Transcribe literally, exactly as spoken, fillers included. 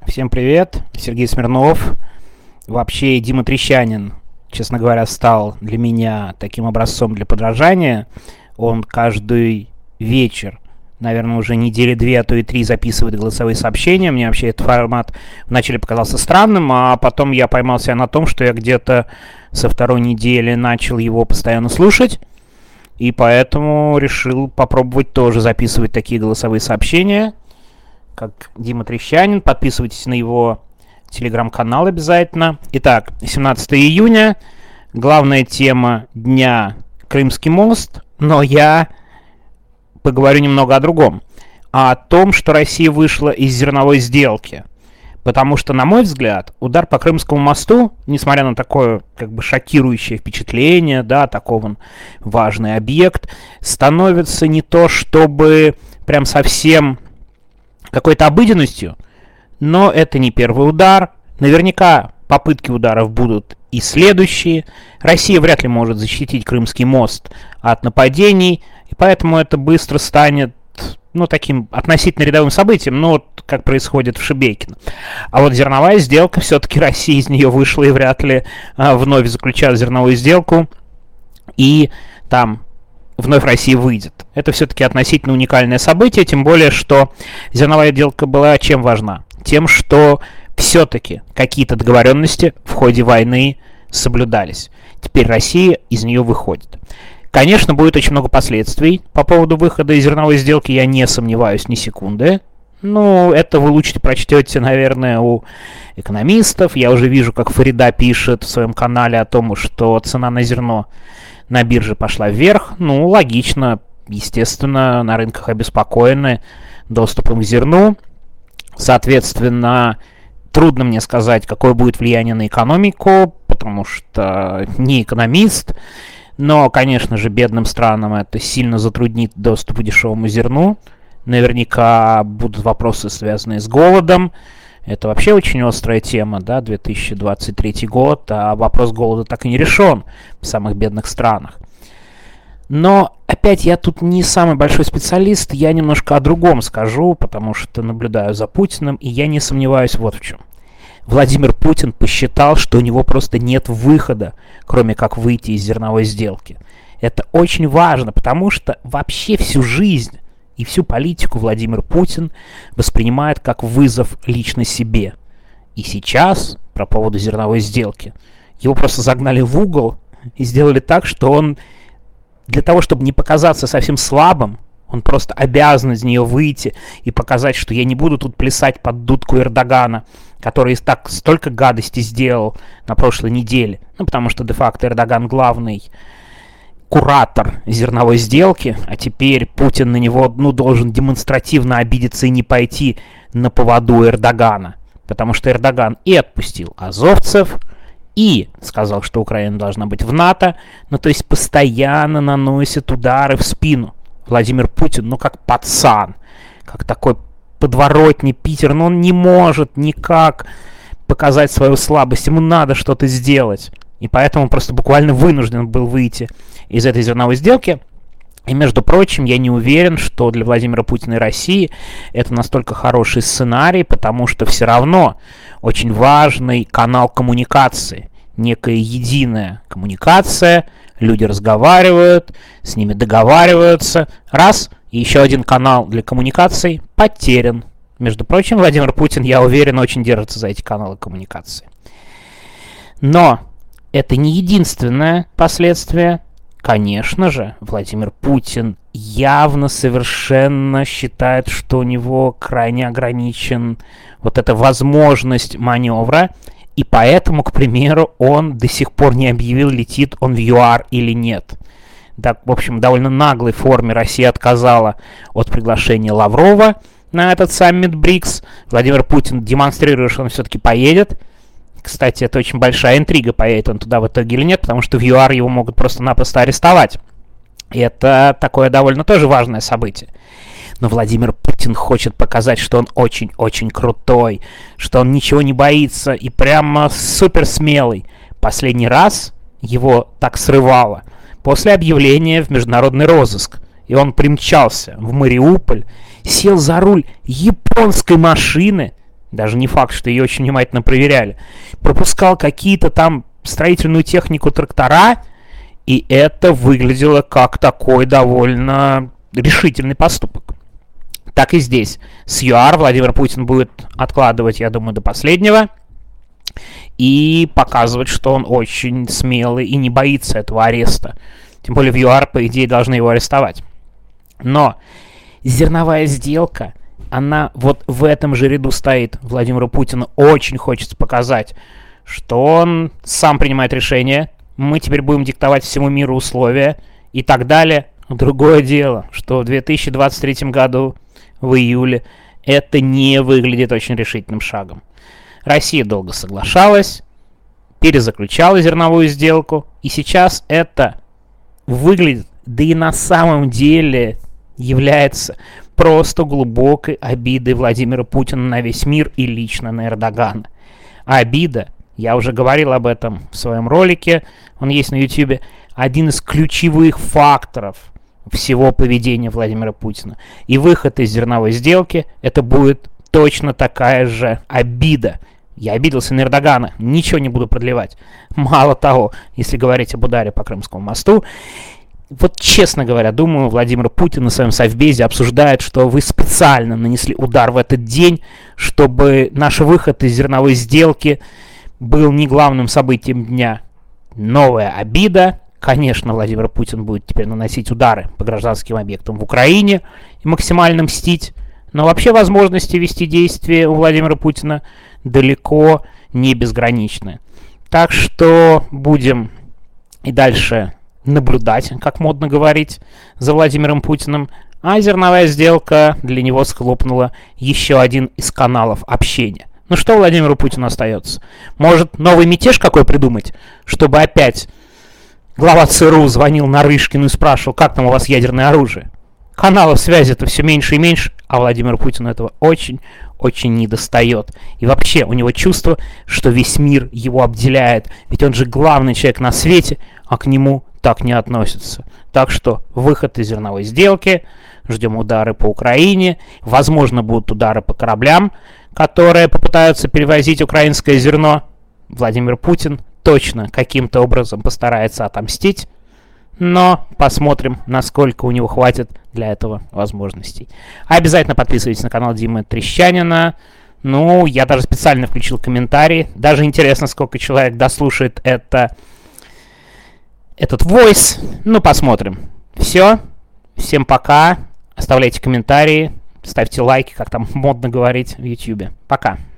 Всем привет, Сергей Смирнов. Вообще, Дима Трещанин, честно говоря, стал для меня таким образцом для подражания. Он каждый вечер, наверное, уже недели две, а то и три записывает голосовые сообщения. Мне вообще этот формат вначале показался странным, а потом я поймал себя на том, что я где-то со второй недели начал его постоянно слушать. И поэтому решил попробовать тоже записывать такие голосовые сообщения, как Дима Трещанин. Подписывайтесь на его телеграм-канал обязательно. Итак, семнадцатого июня. Главная тема дня — Крымский мост. Но я поговорю немного о другом. О том, что Россия вышла из зерновой сделки. Потому что, на мой взгляд, удар по Крымскому мосту, несмотря на такое как бы шокирующее впечатление, да, такой он важный объект, становится не то чтобы прям совсем какой-то обыденностью, но это не первый удар. Наверняка попытки ударов будут и следующие. Россия вряд ли может защитить Крымский мост от нападений, и поэтому это быстро станет, ну, таким относительно рядовым событием, ну, вот как происходит в Шебекино. А вот зерновая сделка, все-таки Россия из нее вышла и вряд ли а, вновь заключает зерновую сделку, и там вновь Россия выйдет. Это все-таки относительно уникальное событие, тем более, что зерновая сделка была чем важна? Тем, что все-таки какие-то договоренности в ходе войны соблюдались. Теперь Россия из нее выходит. Конечно, будет очень много последствий по поводу выхода из зерновой сделки, я не сомневаюсь ни секунды. Ну, это вы лучше прочтете, наверное, у экономистов. Я уже вижу, как Фарида пишет в своем канале о том, что цена на зерно на бирже пошла вверх. Ну, логично. Естественно, на рынках обеспокоены доступом к зерну. Соответственно, трудно мне сказать, какое будет влияние на экономику, потому что не экономист. Но, конечно же, бедным странам это сильно затруднит доступ к дешевому зерну. Наверняка будут вопросы, связанные с голодом. Это вообще очень острая тема, да, две тысячи двадцать третий год, а вопрос голода так и не решен в самых бедных странах. Но, опять, я тут не самый большой специалист, я немножко о другом скажу, потому что наблюдаю за Путиным, и я не сомневаюсь вот в чем. Владимир Путин посчитал, что у него просто нет выхода, кроме как выйти из зерновой сделки. Это очень важно, потому что вообще всю жизнь и всю политику Владимир Путин воспринимает как вызов лично себе. И сейчас, по поводу зерновой сделки, его просто загнали в угол и сделали так, что он, для того, чтобы не показаться совсем слабым, он просто обязан из нее выйти и показать, что я не буду тут плясать под дудку Эрдогана, который так столько гадостей сделал на прошлой неделе. Ну, потому что де-факто Эрдоган главный куратор зерновой сделки, а теперь Путин на него, ну, должен демонстративно обидеться и не пойти на поводу Эрдогана. Потому что Эрдоган и отпустил азовцев, и сказал, что Украина должна быть в НАТО, ну, то есть постоянно наносит удары в спину. Владимир Путин, ну, как пацан, как такой подворотни Питер, но он не может никак показать свою слабость, ему надо что-то сделать. И поэтому он просто буквально вынужден был выйти из этой зерновой сделки. И, между прочим, я не уверен, что для Владимира Путина и России это настолько хороший сценарий, потому что все равно очень важный канал коммуникации, некая единая коммуникация, люди разговаривают, с ними договариваются, раз, и еще один канал для коммуникаций потерян. Между прочим, Владимир Путин, я уверен, очень держится за эти каналы коммуникации. Но это не единственное последствие. Конечно же, Владимир Путин явно совершенно считает, что у него крайне ограничен вот эта возможность маневра, и поэтому, к примеру, он до сих пор не объявил, летит он в ЮАР или нет. Так, в общем, в довольно наглой форме Россия отказала от приглашения Лаврова на этот саммит БРИКС. Владимир Путин демонстрирует, что он все-таки поедет. Кстати, это очень большая интрига, поедет он туда в итоге или нет, потому что в ЮАР его могут просто-напросто арестовать. И это такое довольно тоже важное событие. Но Владимир Путин хочет показать, что он очень-очень крутой, что он ничего не боится и прямо супер смелый. Последний раз его так срывало после объявления в международный розыск. И он примчался в Мариуполь, сел за руль японской машины, Даже не факт, что ее очень внимательно проверяли. Пропускал какие-то там строительную технику, трактора, и это выглядело как такой довольно решительный поступок. Так и здесь. С ЮАР Владимир Путин будет откладывать, я думаю, до последнего. И показывать, что он очень смелый и не боится этого ареста. Тем более в ЮАР, по идее, должны его арестовать. Но зерновая сделка, она вот в этом же ряду стоит. Владимиру Путину очень хочется показать, что он сам принимает решения. Мы теперь будем диктовать всему миру условия и так далее. Другое дело, что в две тысячи двадцать третьем году, в июле, это не выглядит очень решительным шагом. Россия долго соглашалась, перезаключала зерновую сделку, и сейчас это выглядит, да и на самом деле является просто глубокой обидой Владимира Путина на весь мир и лично на Эрдогана. А обида, я уже говорил об этом в своем ролике, он есть на ютубе, один из ключевых факторов всего поведения Владимира Путина. И выход из зерновой сделки, это будет точно такая же обида. Я обиделся на Эрдогана, ничего не буду продлевать. Мало того, если говорить об ударе по Крымскому мосту, вот честно говоря, думаю, Владимир Путин на своем совбезе обсуждает, что вы специально нанесли удар в этот день, чтобы наш выход из зерновой сделки был не главным событием дня. Новая обида. Конечно, Владимир Путин будет теперь наносить удары по гражданским объектам в Украине и максимально мстить. Но вообще возможности вести действия у Владимира Путина далеко не безграничны. Так что будем и дальше наблюдать, как модно говорить, за Владимиром Путиным. А зерновая сделка для него схлопнула еще один из каналов общения. Ну что Владимиру Путину остается? Может, новый мятеж какой придумать, чтобы опять глава ЦРУ звонил Нарышкину и спрашивал, как там у вас ядерное оружие? Каналов связи-то все меньше и меньше, а Владимиру Путину этого очень-очень недостает. И вообще у него чувство, что весь мир его обделяет, ведь он же главный человек на свете, а к нему так не относятся. Так что выход из зерновой сделки, ждем удары по Украине, возможно будут удары по кораблям, которые попытаются перевозить украинское зерно. Владимир Путин точно каким-то образом постарается отомстить, но посмотрим, насколько у него хватит для этого возможностей. Обязательно подписывайтесь на канал Димы Трещанина. Ну, я даже специально включил комментарии. Даже интересно, сколько человек дослушает это, этот войс. Ну, посмотрим. Все. Всем пока. Оставляйте комментарии. Ставьте лайки, как там модно говорить в ютубе. Пока.